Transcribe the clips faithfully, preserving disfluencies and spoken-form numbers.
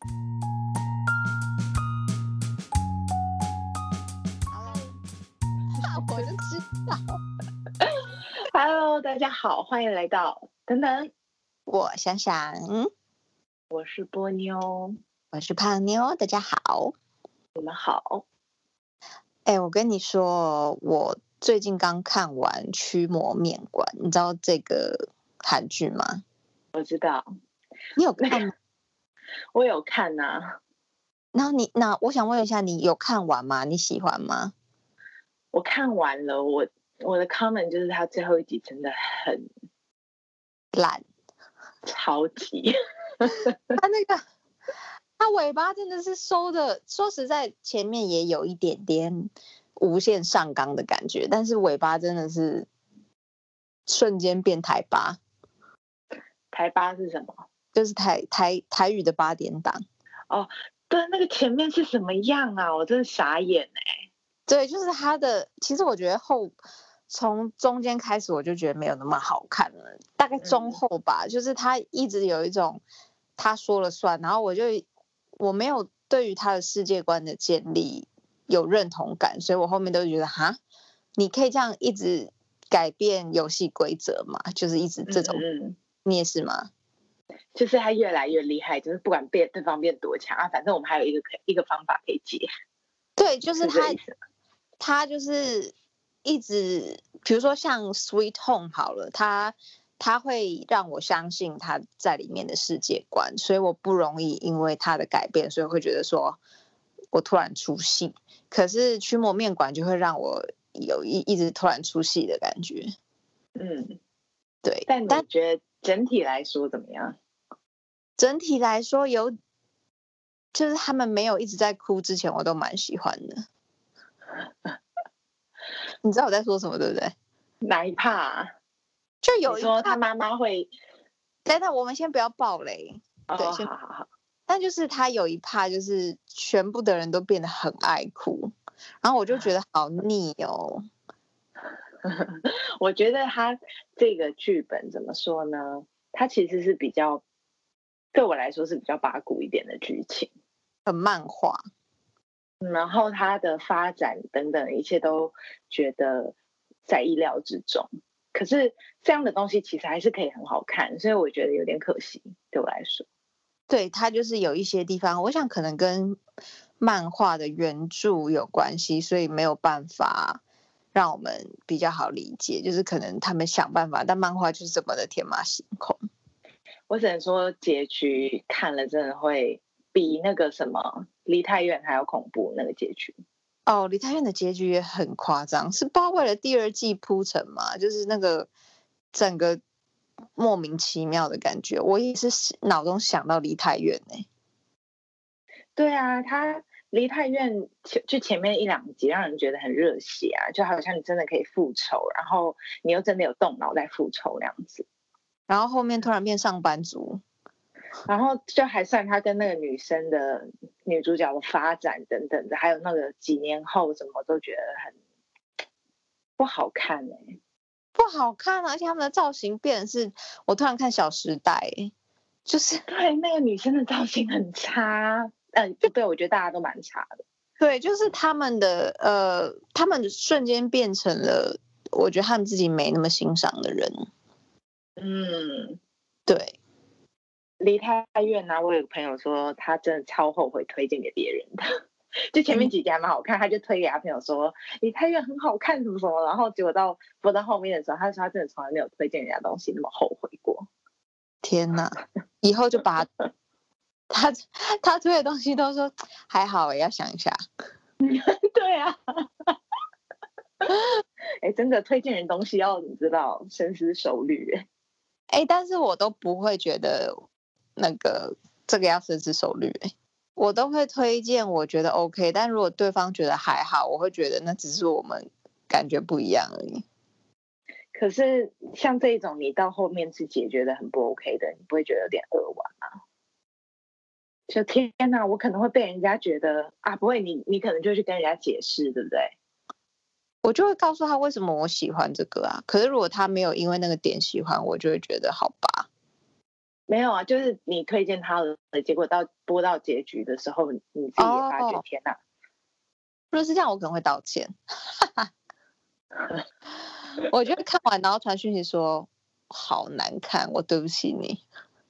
我就知道。 Hello， 大家好，欢迎来到等等， 我想想， 我是波妞， 我是胖妞，大家好， 你们好。 哎、欸，我跟你说，我最近刚看完《驱魔面馆》，你知道这个韩剧吗？ 我知道， 你有看吗？ 我有看呐、啊。 然后你，那我想问一下，你有看完吗？你喜欢吗？ 我看完了，我我的 comment 就是他最后一集真的很烂， 超级。 他那个，他尾巴真的是收的，说实在，前面也有一点点无限上纲的感觉，但是尾巴真的是瞬间变台八。 台八是什么？ 就是台台台语的八点档。 哦，对，那个前面是什么样啊？我真的傻眼哎、欸。 对，就是他的，其实我觉得后从中间开始我就觉得没有那么好看了，大概中后吧，嗯、就是他一直有一种他说了算，然后我就我没有对于他的世界观的建立有认同感，所以我后面都觉得哈，你可以这样一直改变游戏规则嘛，就是一直这种， 嗯嗯你也是吗？ 就是他越来越厉害，就是不管变对方变多强啊，反正我们还有一个一个方法可以解。 对，就是他。 是他就是一直，比如说像 Sweet Home 好了，他他会让我相信他在里面的世界观，所以我不容易因为他的改变，所以会觉得说我突然出戏。可是驱魔面馆就会让我有一一直突然出戏的感觉。 嗯， 对。 但你觉得整体来说怎么样？ 整体来说有，就是他们没有一直在哭之前，我都蛮喜欢的。你知道我在说什么对不对？ 哪一趴、啊？ 就有一说他妈妈会， 等等，我们先不要爆雷。 哦， 对， 好好好。 但就是他有一趴，就是全部的人都变得很爱哭，然后我就觉得好腻哦。 我觉得他这个剧本怎么说呢？他其实是比较，对我来说是比较八股一点的剧情， 很漫画。 然后它的发展等等一切都觉得在意料之中，可是这样的东西其实还是可以很好看，所以我觉得有点可惜对我来说。 对，它就是有一些地方我想可能跟漫画的原著有关系，所以没有办法让我们比较好理解，就是可能他们想办法，但漫画就是这么的天马行空。 我只能说结局看了真的会比那个什么梨泰院还要恐怖，那个结局。 哦，梨泰院的结局也很夸张，是不知道为了第二季铺陈嘛，就是那个整个莫名其妙的感觉，我也是脑中想到梨泰院呢、欸。 对啊，他梨泰院就前面一两集让人觉得很热血啊，就好像你真的可以复仇，然后你又真的有动脑在复仇那样子。 然后后面突然变上班族。 然后就还算他跟那个女生的女主角的发展等等的，还有那个几年后什么都觉得很不好看哎、欸， 不好看啊！而且他们的造型变的是，我突然看《小时代》，就是对那个女生的造型很差，嗯，不对，我觉得大家都蛮差的。 对，就是他们的呃，他们瞬间变成了，我觉得他们自己没那么欣赏的人。 嗯， 对。 梨泰院啊，我有个朋友说他真的超后悔推荐给别人的，就前面几集还蛮好看，他就推给他朋友说梨泰院很好看什么什么，然后结果到播到后面的时候，他说他真的从来没有推荐人家东西那么后悔过。 天哪，以后就把他他他推的东西都说还好，也要想一下。 对啊，哎，真的推荐人东西要你知道深思熟虑哎。 哎，但是我都不会觉得那个这个要深思熟虑哎，我都会推荐我觉得 OK， 但如果对方觉得还好，我会觉得那只是我们感觉不一样而已。 可是像这种你到后面是解决的很不 OK 的，你不会觉得有点扼腕吗？就天哪，我可能会被人家觉得啊，不会，你你可能就去跟人家解释，对不对？ 我就会告诉他为什么我喜欢这个啊。可是如果他没有因为那个点喜欢，我就会觉得好吧。 没有啊，就是你推荐他了，结果到播到结局的时候，你自己也发觉， 哦， 天哪！ 如果是这样，我可能会道歉。我就会看完，然后传讯息说好难看，我对不起你。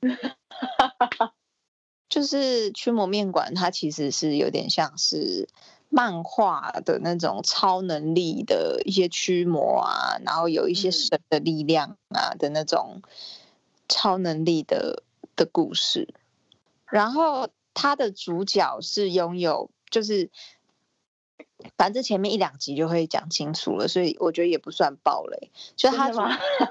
就是驱魔面馆，它其实是有点像是漫画的那种超能力的一些驱魔啊，然后有一些神的力量啊的那种超能力的的故事。然后它的主角是拥有，就是反正前面一两集就会讲清楚了，所以我觉得也不算爆雷。就他主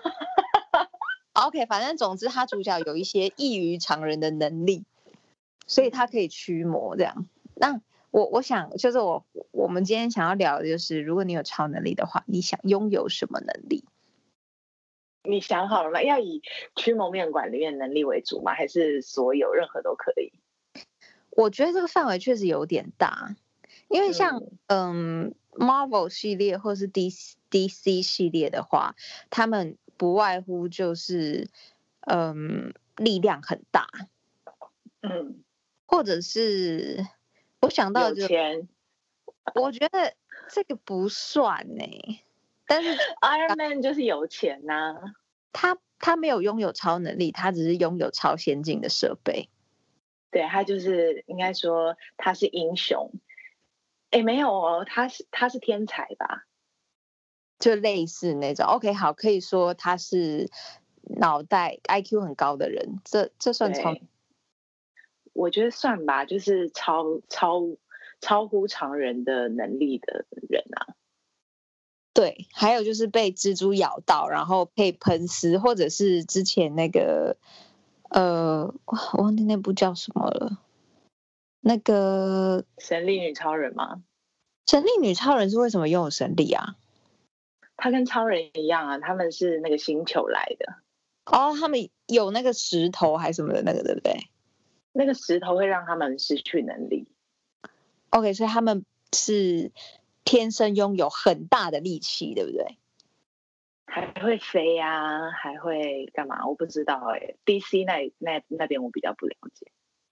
OK， 反正总之他主角有一些异于常人的能力。所以他可以驱魔这样。那我我想就是我我们今天想要聊的就是，如果你有超能力的话，你想拥有什么能力？ 你想好了吗？要以驱魔面馆里面的能力为主吗？还是所有任何都可以？ 我觉得这个范围确实有点大，因为像嗯, 嗯 Marvel 系列或是 D C 系列的话，他们不外乎就是嗯力量很大， 嗯。 或者是我想到就有钱， 我觉得这个不算呢、欸，但是 Iron Man 就是有钱呐、啊， 他他没有拥有超能力，他只是拥有超先进的设备。 对，他就是应该说他是英雄。哎，没有哦，他是他是天才吧？ 就类似那种 OK 好，可以说他是脑袋 I Q 很高的人，这这算超？ 我觉得算吧，就是超超超乎常人的能力的人啊。 对，还有就是被蜘蛛咬到，然后被喷丝，或者是之前那个呃，我忘记那部叫什么了。那个神力女超人吗？ 神力女超人是为什么拥有神力啊？ 他跟超人一样啊，他们是那个星球来的。 哦，他们有那个石头还是什么的那个，对不对？ 那个石头会让他们失去能力。 OK，所以他们是天生拥有很大的力气，对不对？ 还会飞呀、啊，还会干嘛？我不知道哎、欸。D C 那那那边我比较不了解。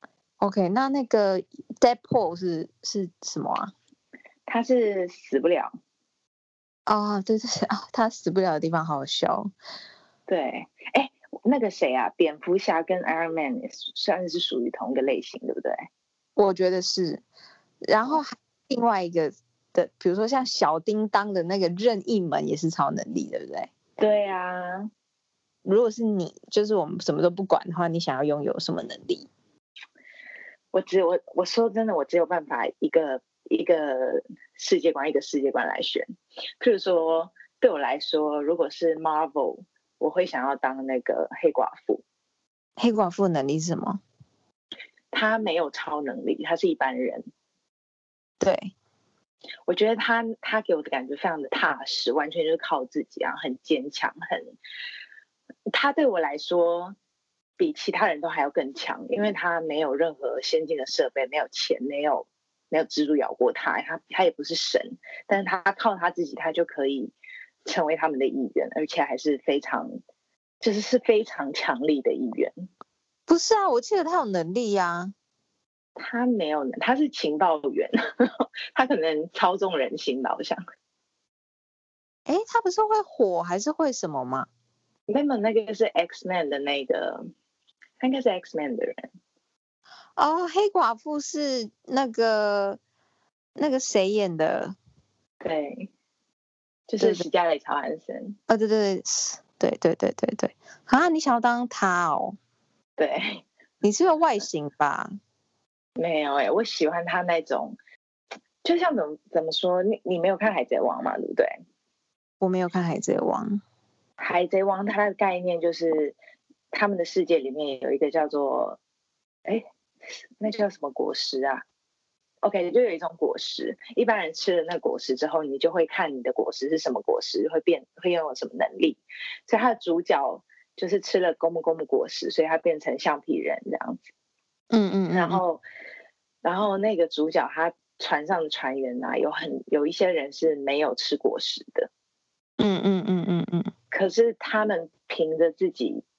OK，那那个 Deadpool 是是什么啊？ 他是死不了。 啊、哦，对对对啊，他死不了的地方好好笑。 对，哎，那个谁啊，蝙蝠侠跟 Iron Man 也算是属于同一个类型，对不对？ 我觉得是。然后还另外一个的，比如说像小叮当的那个任意门也是超能力，对不对？ 对啊。 如果是你，就是我们什么都不管的话，你想要拥有什么能力？ 我只有我我说真的，我只有办法一个一个世界观一个世界观来选。譬如说，对我来说，如果是 Marvel，我会想要当那个黑寡妇。 黑寡妇的能力是什么？ 她没有超能力，她是一般人。 对， 我觉得她她给我的感觉非常的踏实，完全就是靠自己啊，很坚强，很。她对我来说，比其他人都还要更强，因为她没有任何先进的设备，没有钱，没有没有蜘蛛咬过她，她她也不是神，但是她靠她自己，她就可以成为他们的一员，而且还是非常，就是是非常强力的一员。 不是啊，我记得他有能力呀、啊。 他没有，他是情报员，他可能操纵人心吧，我想。 哎，他不是会火还是会什么吗？ 没有，那个是 X-Men 的那个，他应该是 X-Men 的人。 哦，黑寡妇是那个那个谁演的？ 对，就是史嘉蕾·乔韩森。 啊、哦，对对对对对对对啊！你想要当他哦？ 对， 你是个外形吧？ 没有哎、欸，我喜欢他那种，就像怎么怎么说，你你没有看《海贼王》嘛，对不对？ 我没有看《海贼王》。 海贼王它的概念就是他们的世界里面有一个叫做，哎，那叫什么果实啊 ？OK， 就有一种果实，一般人吃了那果实之后，你就会看你的果实是什么果实，会变会拥有什么能力。所以他的主角就是吃了公木公木果实，所以他变成橡皮人这样子。 嗯嗯嗯。 然后，然后那个主角他船上的船员啊，有很有一些人是没有吃果实的。 嗯嗯嗯嗯嗯。 可是他们凭着自己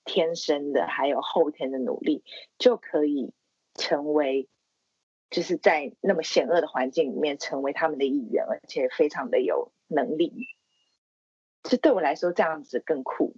天生的还有后天的努力，就可以成为就是在那么险恶的环境里面成为他们的一员，而且非常的有能力。这对我来说这样子更酷。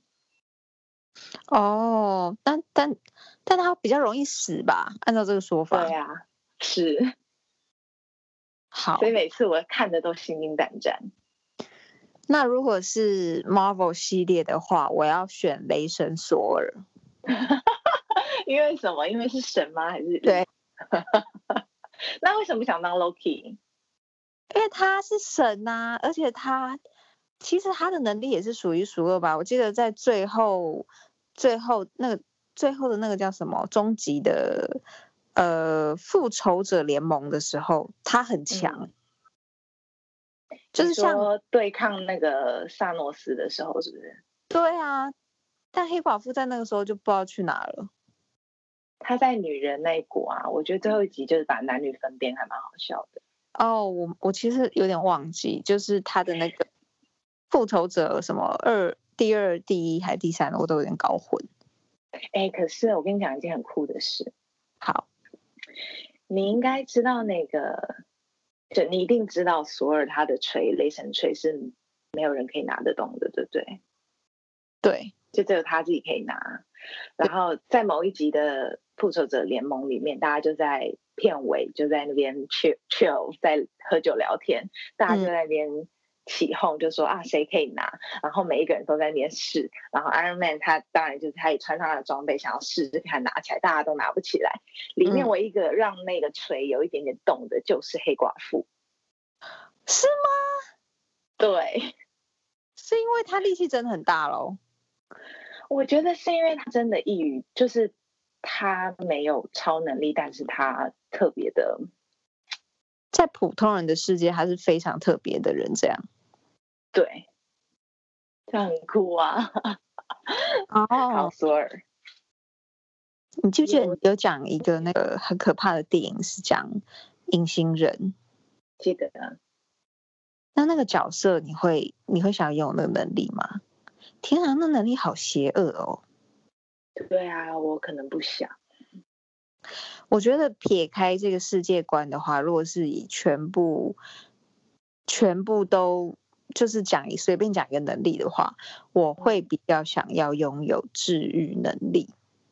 哦，但但但他比较容易死吧？按照这个说法。 对啊，是。 好， 所以每次我看的都心惊胆战。 那如果是 Marvel 系列的话，我要选雷神索尔。 因为什么？因为是神吗？还是对？ 那为什么想当 Loki？ 因为他是神啊，而且他其实他的能力也是数一数二吧。我记得在最后最后那个最后的那个叫什么终极的呃复仇者联盟的时候，他很强。嗯，就是像对抗那个萨诺斯的时候，是不是？ 对啊，但黑寡妇在那个时候就不知道去哪了。 他在女人那一国啊，我觉得最后一集就是把男女分辨，还蛮好笑的。 哦，我我其实有点忘记，就是他的那个复仇者什么二第二、第一还是第三，我都有点搞混。 哎，可是我跟你讲一件很酷的事。 好， 你应该知道那个，就你一定知道索尔他的锤雷神锤是没有人可以拿得动的，对不对？ 对， 就只有他自己可以拿。然后在某一集的复仇者联盟里面，大家就在片尾就在那边 chill chill 在喝酒聊天，大家就在那边起哄，就说啊谁可以拿，然后每一个人都在那边试，然后 Iron Man 他当然就是他也穿上他的装备想要试试看拿起来，大家都拿不起来。里面唯一一个让那个锤有一点点动的就是黑寡妇。 是吗？ 对， 是因为他力气真的很大咯。 我觉得是因为他真的异于，就是他没有超能力，但是他特别的， 在普通人的世界，他是非常特别的人。这样， 对，这样很酷啊！ 哦， 好，索尔， 你记不记得你有讲一个那个很可怕的电影是讲隐形人？ 记得啊。 那那个角色你会你会想拥有那个能力吗？天啊，那能力好邪恶哦！ 对啊，我可能不想。 我觉得撇开这个世界观的话，如果是以全部全部都就是讲一随便讲一个能力的话，我会比较想要拥有治愈能力。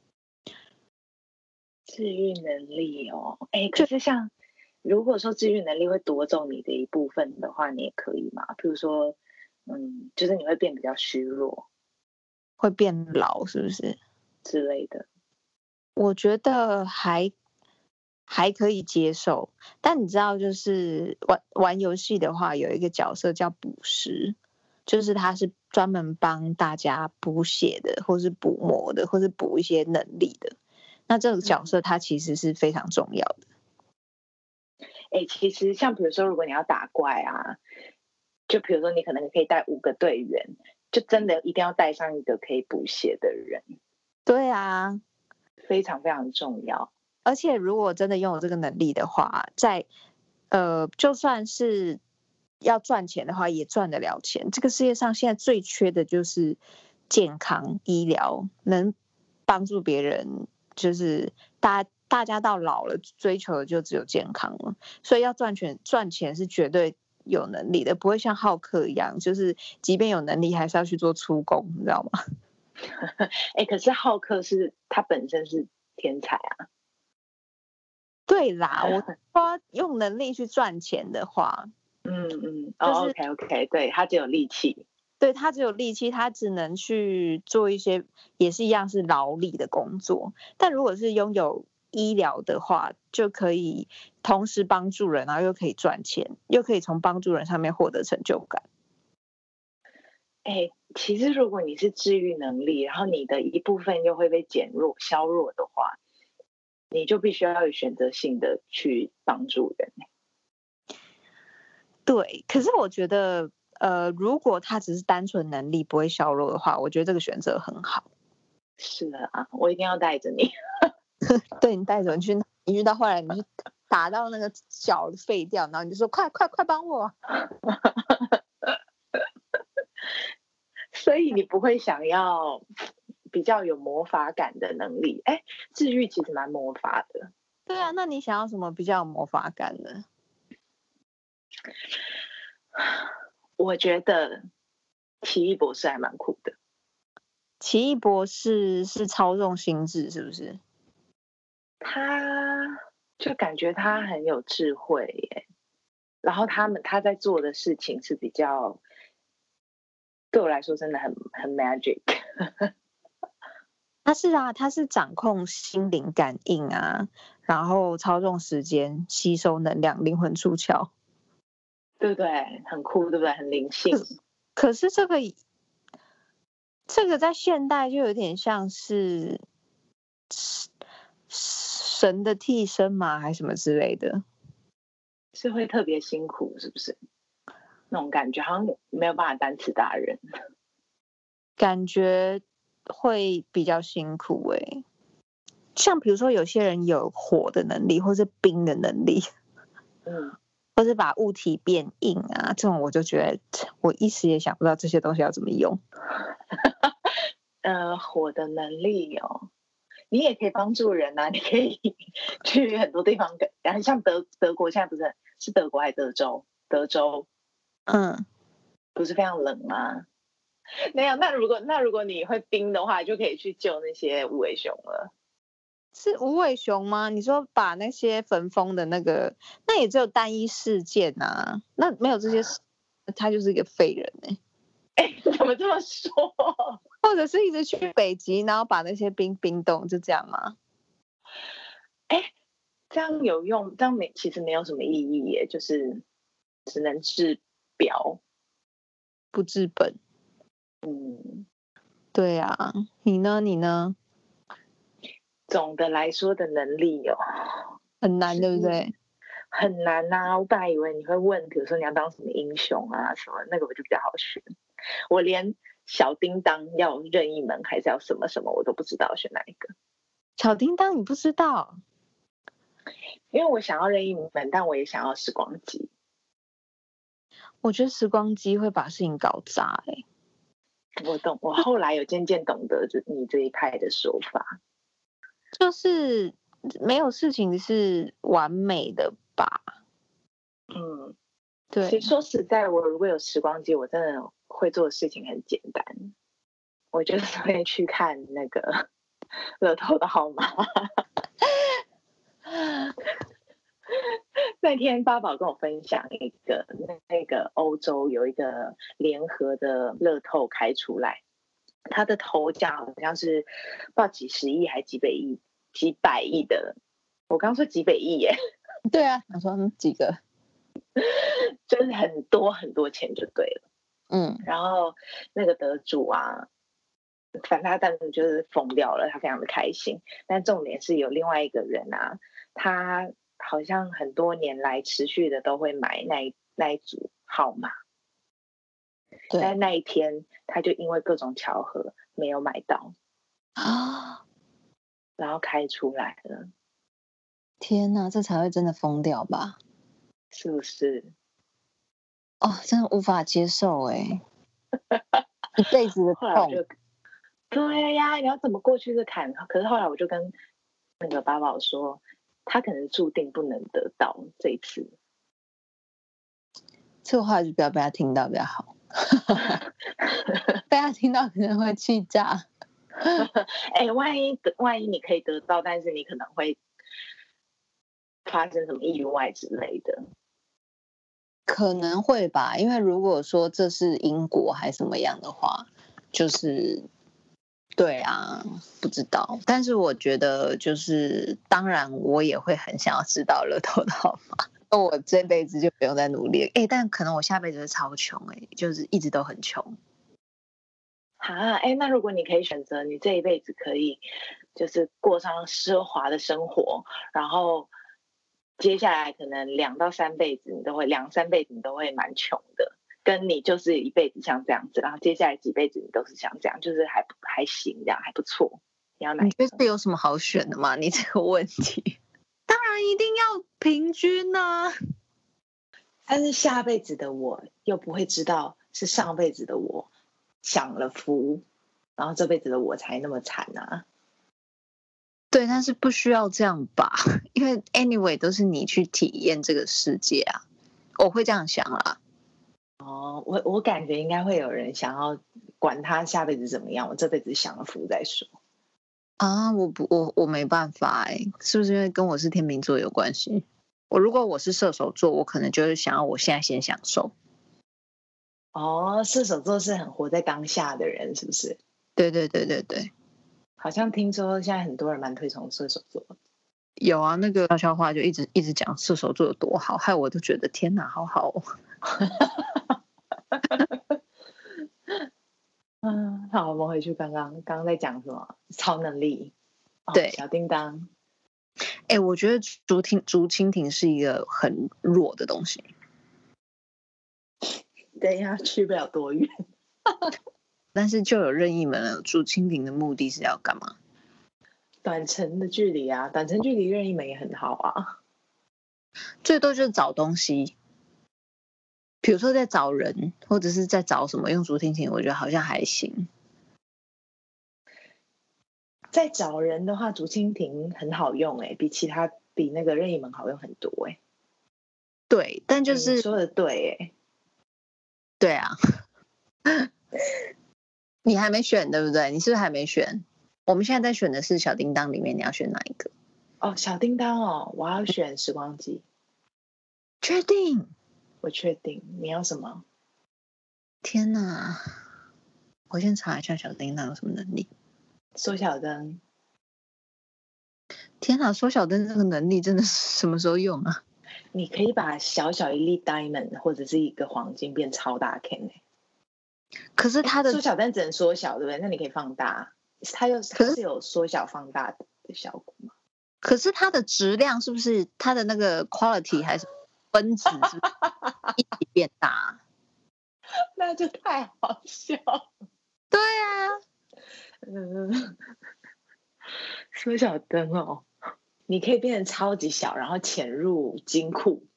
治愈能力哦，哎，可是像如果说治愈能力会夺走你的一部分的话，你也可以嘛？比如说，嗯，就是你会变比较虚弱， 会变老，是不是之类的？ 我觉得还还可以接受，但你知道，就是玩玩游戏的话，有一个角色叫补师，就是他是专门帮大家补血的，或是补魔的，或是补一些能力的。那这个角色他其实是非常重要的。 哎、嗯，其实像比如说，如果你要打怪啊，就比如说你可能可以带五个队员，就真的一定要带上一个可以补血的人。 对啊， 非常非常重要。 而且如果真的拥有这个能力的话，在呃，就算是要赚钱的话，也赚得了钱。这个世界上现在最缺的就是健康医疗，能帮助别人，就是大大家到老了追求的就只有健康了。所以要赚钱，赚钱是绝对有能力的，不会像浩克一样，就是即便有能力，还是要去做粗工，你知道吗？ 哎、欸，可是浩克是他本身是天才啊。 对啦，我说用能力去赚钱的话， 嗯嗯，哦、就是 OK OK， 对，他只有力气， 对，他只有力气，他只能去做一些也是一样是劳力的工作。但如果是拥有医疗的话，就可以同时帮助人，然后又可以赚钱，又可以从帮助人上面获得成就感。 哎、欸，其实如果你是治愈能力，然后你的一部分又会被减弱、削弱的话，你就必须要有选择性的去帮助人。 对，可是我觉得，呃，如果他只是单纯能力不会削弱的话，我觉得这个选择很好。 是的啊，我一定要带着你。 对，你带着你去，你遇到后来你去打到那个脚废掉，然后你就说快快快帮我。 所以你不会想要， 比较有魔法感的能力。哎，治愈其实蛮魔法的。 对啊，那你想要什么比较有魔法感的？ 我觉得奇异博士还蛮酷的。 奇异博士是操纵心智，是不是？ 他就感觉他很有智慧耶，然后他们他在做的事情是比较，对我来说真的很很 magic。 他是啊，他是掌控心灵感应啊，然后操纵时间、吸收能量、灵魂出窍， 对不对？很酷，对不对？很灵性。 可是这个这个在现代就有点像是神的替身嘛，还是什么之类的， 是会特别辛苦，是不是？那种感觉好像没有办法单词达人， 感觉会比较辛苦哎、欸。像比如说有些人有火的能力，或是冰的能力， 嗯， 或是把物体变硬啊，这种我就觉得我一时也想不到这些东西要怎么用。 呃，火的能力哦，你也可以帮助人啊，你可以去很多地方，然后像德德国现在不是是德国还是德州？德州， 嗯， 不是非常冷吗？没有，那如果那如果你会冰的话，就可以去救那些无尾熊了。 是无尾熊吗？你说把那些焚风的那个，那也只有单一事件啊，那没有这些事，他就是一个废人哎、 欸。哎，怎么这么说？ 或者是一直去北极，然后把那些冰冰冻，就这样吗？ 哎、欸，这样有用？这样没其实没有什么意义耶，就是只能治标不治本。 嗯， 对啊，你呢？你呢？ 总的来说的能力哦， 很难，对不对？ 很难呐、啊！我本来以为你会问，比如说你要当什么英雄啊什么，那个我就比较好选。我连小叮当要任意门还是要什么什么，我都不知道选哪一个。 小叮当，你不知道？ 因为我想要任意门，但我也想要时光机。 我觉得时光机会把事情搞砸哎、欸。 我懂，我后来有渐渐懂得你这一派的说法， 就是没有事情是完美的吧？ 嗯， 对。 其实说实在，我如果有时光机，我真的会做的事情很简单，我就是会去看那个乐透的号码。那天八宝跟我分享一个，那个欧洲有一个联合的乐透开出来，他的头奖好像是不知道几十亿还几百亿，几百亿的。我刚说几百亿耶。 对啊，我说几个， 就是很多很多钱就对了。 嗯， 然后那个得主啊，反正他当时就是疯掉了，他非常的开心。但重点是有另外一个人啊，他好像很多年来持续的都会买那一那一组号码， 对， 但那一天他就因为各种巧合没有买到啊， 然后开出来了。 天哪，这才会真的疯掉吧？ 是不是？ 哦，真的无法接受哎、欸，一辈子的痛。 对呀，你要怎么过去这坎？可是后来我就跟那个八宝说，他可能注定不能得到这一次。 这话就不要被他听到比较好，被他听到可能会气炸。 哎、欸，万一万一你可以得到，但是你可能会发生什么意外之类的。 可能会吧，因为如果说这是因果还是什么样的话，就是对啊，不知道。但是我觉得就是，当然我也会很想要知道乐透的号码。那我这辈子就不用再努力了。哎，但可能我下辈子会超穷哎，就是一直都很穷。 啊，哎，那如果你可以选择，你这一辈子可以就是过上奢华的生活，然后接下来可能两到三辈子你都会两三辈子你都会蛮穷的，跟你就是一辈子像这样子，然后接下来几辈子你都是像这样，就是还还行，这样还不错。你要哪一个？ 你觉得有什么好选的吗？你这个问题，当然一定要平均啊。 但是下辈子的我又不会知道是上辈子的我享了福， 然后这辈子的我才那么惨啊。 对，但是不需要这样吧，因为 anyway 都是你去体验这个世界啊，我会这样想啦。 哦，我我感觉应该会有人想要管他下辈子怎么样，我这辈子享了福再说。 啊，我不，我我没办法哎、欸，是不是因为跟我是天秤座有关系？我如果我是射手座，我可能就是想要我现在先享受。 哦，射手座是很活在当下的人，是不是？ 对对对对对， 好像听说现在很多人蛮推崇射手座。 有啊，那个悄悄话就一直一直讲射手座有多好，害我都觉得天哪，好好哦。 嗯，好，我们回去刚刚刚刚在讲什么超能力？哦、 对， 小叮当。 哎、欸，我觉得竹蜻竹蜻蜓是一个很弱的东西。 对呀，去不了多远。 但是就有任意门了。竹蜻蜓的目的是要干嘛？ 短程的距离啊，短程距离任意门也很好啊。 最多就是找东西，比如说在找人，或者是在找什么，用竹蜻蜓，我觉得好像还行。 在找人的话，竹蜻蜓很好用哎、欸，比其他比那个任意门好用很多哎、欸。 对，但就是、 欸、你说的对哎、欸。 对啊。你还没选对不对？你是不是还没选？我们现在在选的是小叮当里面，你要选哪一个？ 哦，小叮当哦，我要选时光机。 确定？ 我确定。你要什么？ 天哪！我先查一下小叮当有什么能力。 缩小灯。 天哪，缩小灯这个能力真的是什么时候用啊？ 你可以把小小一粒 diamond 或者是一个黄金变超大 can 欸。 可是它的缩小灯只能缩小，对不对？那你可以放大，它又它是有缩小放大的效果吗？ 可是它的质量是不是它的那个 quality 还是分子是不是一起变大？ 那就太好笑了。 对啊， 嗯，缩小灯哦，你可以变成超级小，然后潜入金库。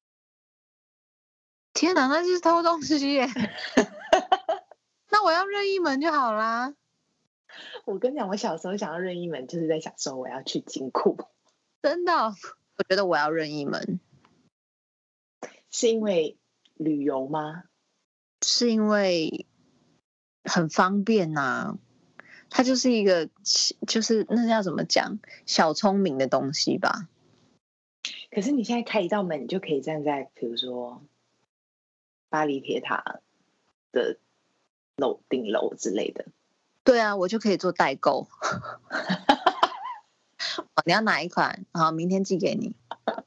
天哪，那就是偷东西耶！那我要任意门就好啦。 我跟你讲，我小时候想要任意门，就是在想说我要去金库。 真的，我觉得我要任意门， 是因为旅游吗？ 是因为很方便呐、啊。它就是一个，就是那叫怎么讲，小聪明的东西吧。 可是你现在开一道门，你就可以站在比如说巴黎铁塔的楼顶楼之类的。 对啊，我就可以做代购。你要哪一款？好，明天寄给你。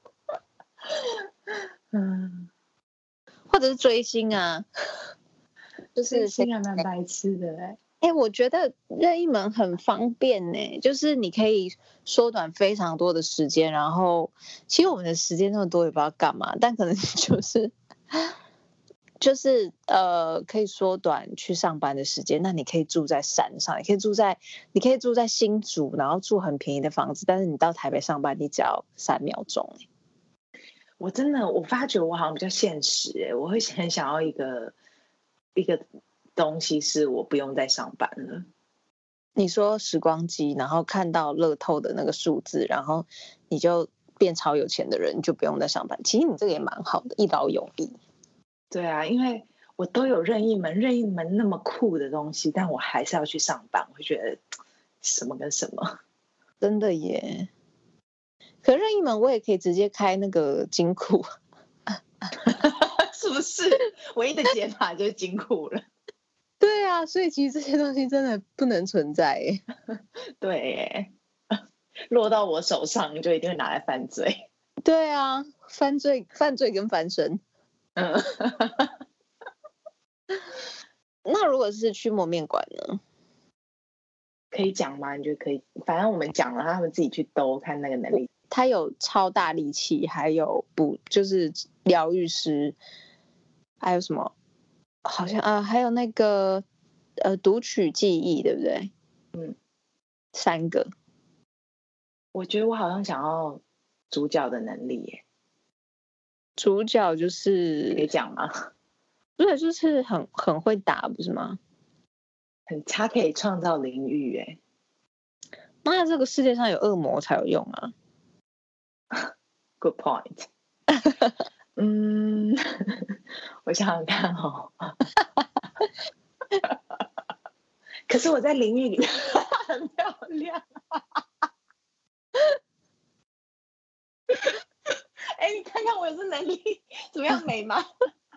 嗯， 或者是追星啊，就是追星还蛮白痴的哎。 哎、欸，我觉得任意门很方便呢、欸，就是你可以缩短非常多的时间，然后其实我们的时间那么多也不知道干嘛，但可能就是就是呃可以缩短去上班的时间。那你可以住在山上，你可以住在你可以住在新竹，然后住很便宜的房子，但是你到台北上班，你只要三秒钟、欸。 我真的我发觉我好像比较现实哎、欸，我会很想要一个一个东西是我不用再上班了。 你说时光机，然后看到乐透的那个数字，然后你就变超有钱的人，你就不用再上班。其实你这个也蛮好的，一劳永逸。 对啊，因为我都有任意门，任意门那么酷的东西，但我还是要去上班，我会觉得什么跟什么。 真的耶。可任意门我也可以直接开那个金库。 是不是？唯一的解法就是金库了。 对啊，所以其实这些东西真的不能存在耶。 对耶，落到我手上就一定会拿来犯罪。 对啊，犯罪犯罪跟翻身。 嗯。 那如果是驱魔面馆呢？ 可以讲吗？你觉得可以？反正我们讲了，他们自己去兜看那个能力。 他有超大力气，还有补就是疗愈师，还有什么？好像啊，还有那个呃读取记忆，对不对？ 嗯， 三个。 我觉得我好像想要主角的能力耶。 主角就是可以讲吗？ 主角就是很很会打，不是吗？ 很他可以创造灵域哎。 那这个世界上有恶魔才有用啊。 Good point 。嗯，我想想看哦。可是我在淋浴里面很漂亮。哎、欸，你看看我有这能力，怎么样美吗？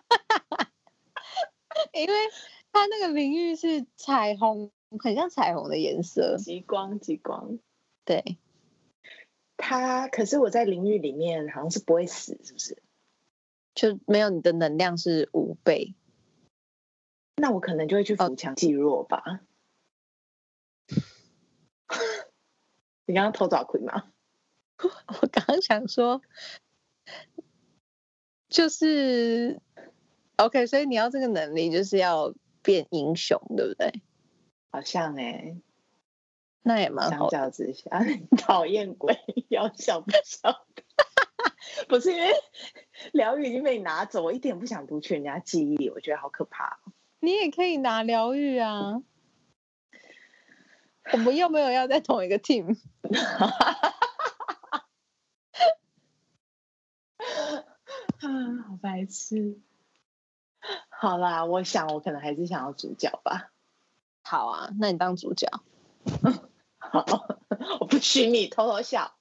因为它那个淋浴是彩虹，很像彩虹的颜色， 极光极光。 对。 它可是我在淋浴里面好像是不会死，是不是？ 就没有你的能量是五倍。 那我可能就会去扶强济弱吧。你刚刚偷找亏吗？ 我刚刚想说，就是 OK， 所以你要这个能力就是要变英雄，对不对？ 好像哎、欸， 那也蛮好的。 相较之下，讨厌鬼，要笑不笑的？不是因为疗愈已经被你拿走，我一点不想读取人家记忆，我觉得好可怕、哦。 你也可以拿疗愈啊。我们又没有要在同一个 team。 啊，好白痴。好啦，我想我可能还是想要主角吧。 好啊，那你当主角。 好，我不许你偷偷笑。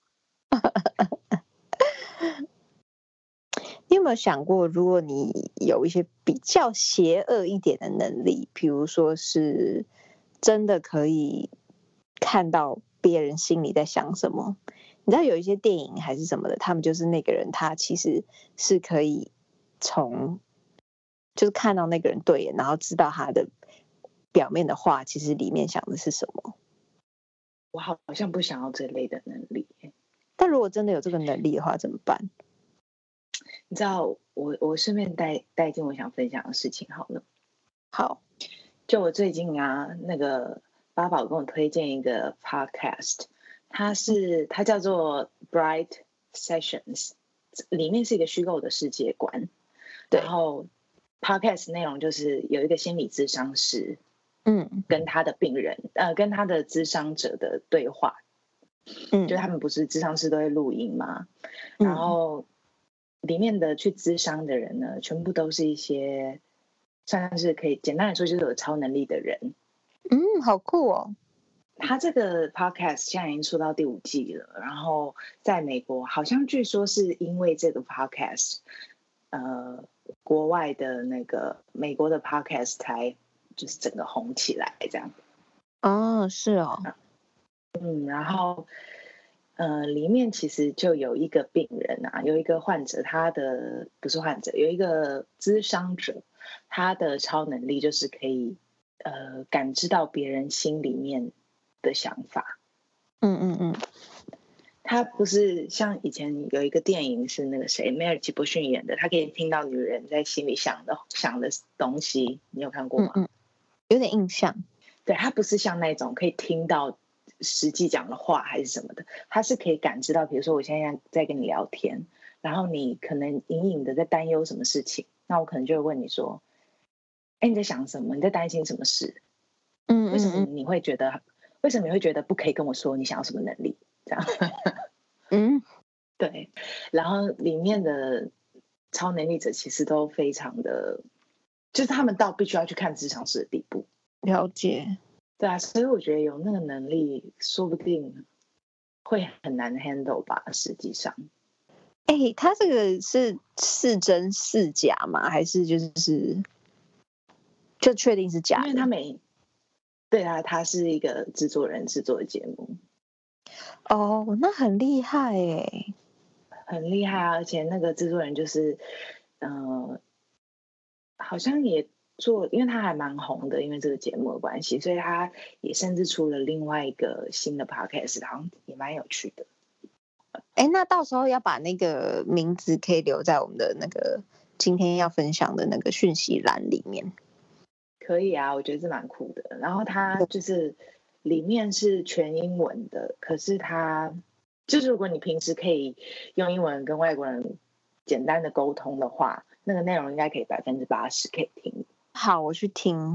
你有没有想过，如果你有一些比较邪恶一点的能力，比如说是真的可以看到别人心里在想什么？你知道有一些电影还是什么的，他们就是那个人他其实是可以从就是看到那个人对眼，然后知道他的表面的话其实里面想的是什么。 我好像不想要这类的能力。 但如果真的有这个能力的话怎么办？ 你知道我我顺便带带进我想分享的事情好了。 好， 就我最近啊，那个八宝跟我推荐一个 podcast， 它是它叫做 Bright Sessions， 里面是一个虚构的世界观。然后 podcast 内容就是有一个心理咨商师，嗯，跟他的病人呃跟他的咨商者的对话。嗯，就他们不是咨商师都会录音吗？然后里面的去咨商的人呢，全部都是一些算是可以简单来说就是有超能力的人。 嗯，好酷哦。 他这个 podcast 现在已经出到第五季了，然后在美国好像据说是因为这个 podcast， 呃，国外的那个美国的 podcast 才就是整个红起来这样。 哦，是哦。 嗯，然后呃，里面其实就有一个病人啊，有一个患者，他的不是患者，有一个咨商者，他的超能力就是可以呃感知到别人心里面的想法。嗯嗯嗯，他不是像以前有一个电影是那个谁梅尔吉伯逊演的，他可以听到女人在心里想的想的东西，你有看过吗？ 嗯嗯，有点印象。 对，他不是像那种可以听到实际讲的话还是什么的，他是可以感知到，比如说我现在在跟你聊天，然后你可能隐隐的在担忧什么事情，那我可能就会问你说，哎，你在想什么？你在担心什么事？嗯，为什么你会觉得，为什么你会觉得不可以跟我说你想要什么能力？这样，嗯，对，然后里面的超能力者其实都非常的，就是他们到必须要去看咨商师的地步。 了解。 对啊，所以我觉得有那个能力，说不定会很难 handle 吧。实际上， 哎、欸，他这个是是真是假吗？还是就是就确定是假的？ 因为他每对啊，他是一个制作人制作的节目。 哦，那很厉害哎， 很厉害啊！而且那个制作人就是，呃，好像也做，因为他还蛮红的，因为这个节目的关系，所以他也甚至出了另外一个新的 podcast， 好像也蛮有趣的。 哎，那到时候要把那个名字可以留在我们的那个今天要分享的那个讯息栏里面。 可以啊，我觉得是蛮酷的。然后它就是里面是全英文的，可是它就是如果你平时可以用英文跟外国人简单的沟通的话，那个内容应该可以百分之八十可以听。 好，我去听。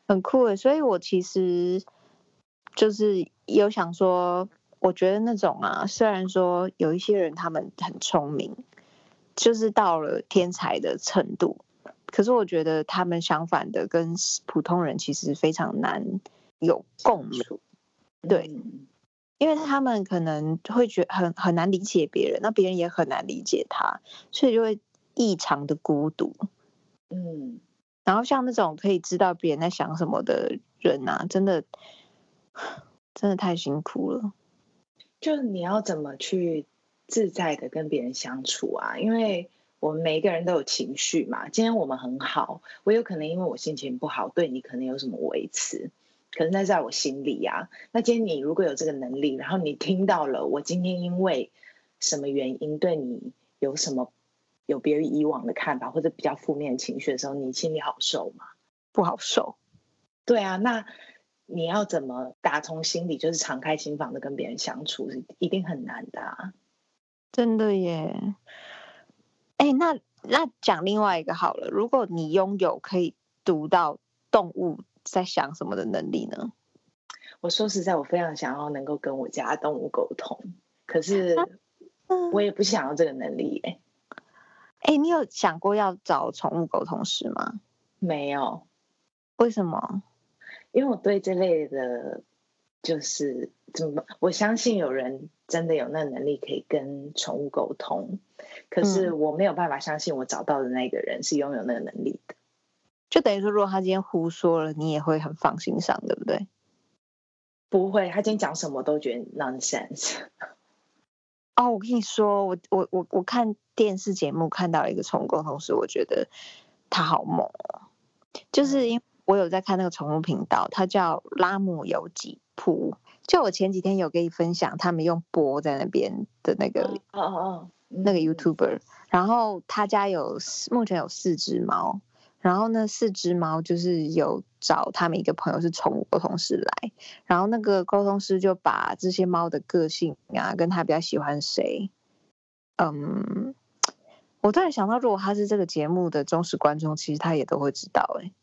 很酷诶。所以我其实就是有想说，我觉得那种啊，虽然说有一些人他们很聪明，就是到了天才的程度，可是我觉得他们相反的跟普通人其实非常难有共鸣。对， 嗯， 因为他们可能会觉得很很难理解别人，那别人也很难理解他，所以就会异常的孤独。 嗯， 然后像那种可以知道别人在想什么的人啊，真的真的太辛苦了。 就你要怎么去自在的跟别人相处啊？因为我们每一个人都有情绪嘛。今天我们很好，我有可能因为我心情不好，对你可能有什么维持，可是那在我心里啊。那今天你如果有这个能力，然后你听到了我今天因为什么原因对你有什么有别于以往的看法，或者比较负面的情绪的时候，你心里好受吗？ 不好受。 对啊，那你要怎么打从心里就是敞开心房的跟别人相处，是一定很难的啊。 真的耶。哎，那那讲另外一个好了，如果你拥有可以读到动物在想什么的能力呢？ 我说实在，我非常想要能够跟我家动物沟通，可是我也不想要这个能力耶。 哎，你有想过要找宠物沟通师吗？ 没有， 为什么？ 因为我对这类的，就是怎么，我相信有人真的有那能力可以跟宠物沟通，可是我没有办法相信我找到的那个人是拥有那个能力的。 就等于说，如果他今天胡说了，你也会很放心上，对不对？ 不会，他今天讲什么都觉得 nonsense。 哦，我跟你说，我我我我看电视节目看到一个宠物沟通师，我觉得他好猛哦。就是因为我有在看那个宠物频道，它叫拉姆有几铺。就我前几天有跟你分享，他们用播在那边的那个哦哦哦， 那个 YouTuber，然后他家有目前有四只猫。然后呢，四只猫就是有找他们一个朋友是宠物沟通师来，然后那个沟通师就把这些猫的个性啊，跟他比较喜欢谁，嗯，我突然想到，如果他是这个节目的忠实观众，其实他也都会知道、欸，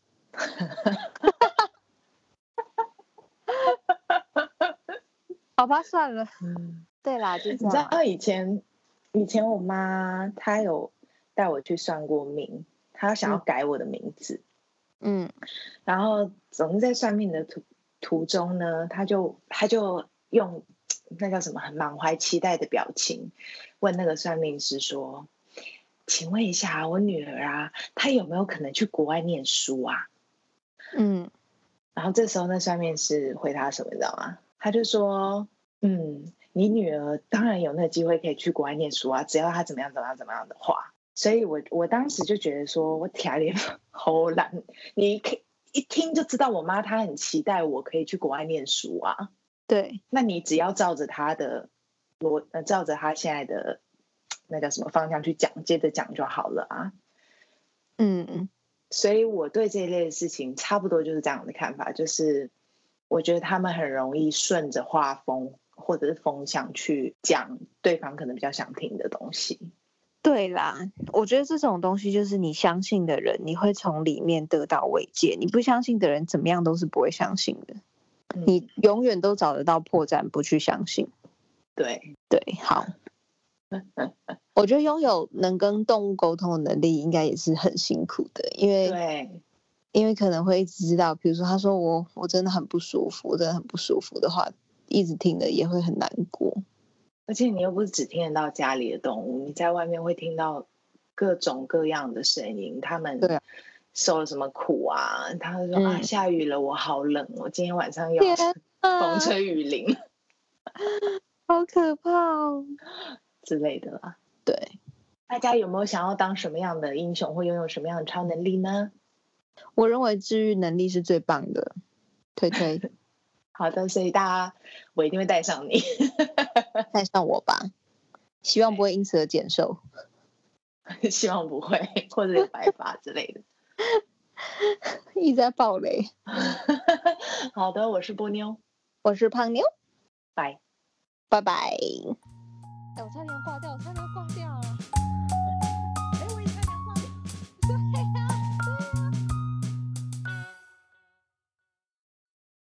好吧，算了，嗯，对啦，就这样。 你知道以前以前我妈她有带我去算过命。他想要改我的名字，嗯，然后总是在算命的途途中呢，他就他就用那叫什么很满怀期待的表情问那个算命师说：“请问一下，我女儿啊，她有没有可能去国外念书啊？”嗯，然后这时候那算命师回答什么，你知道吗？他就说：“嗯，你女儿当然有那个机会可以去国外念书啊，只要她怎么样怎么样怎么样的话。”所以我我当时就觉得说，我天脸好懒，你一听就知道我妈她很期待我可以去国外念书啊。对，那你只要照着她的逻，呃，照着她现在的那叫什么方向去讲，接着讲就好了啊。嗯，所以我对这一类的事情差不多就是这样的看法，就是我觉得他们很容易顺着画风或者是风向去讲对方可能比较想听的东西。对啦，我觉得这种东西就是你相信的人，你会从里面得到慰藉；你不相信的人，怎么样都是不会相信的。嗯、你永远都找得到破绽，不去相信。对对，好。我觉得拥有能跟动物沟通的能力，应该也是很辛苦的，因为对，因为可能会一直知道，比如说他说我我真的很不舒服，我真的很不舒服的话，一直听了也会很难过。而且你又不是只听得到家里的动物，你在外面会听到各种各样的声音，他们受了什么苦啊？他会说、嗯、啊，下雨了，我好冷，我今天晚上要风吹雨淋，好可怕哦之类的啦。对，大家有没有想要当什么样的英雄，或拥有什么样的超能力呢？我认为治愈能力是最棒的，推推。好的，所以大家我一定会带上你，带上我吧，希望不会因此而减瘦，希望不会，或者有白发之类的。一直在爆雷。好的，我是波妞，我是胖妞，拜拜拜。哎，我差点挂掉，我差点挂掉。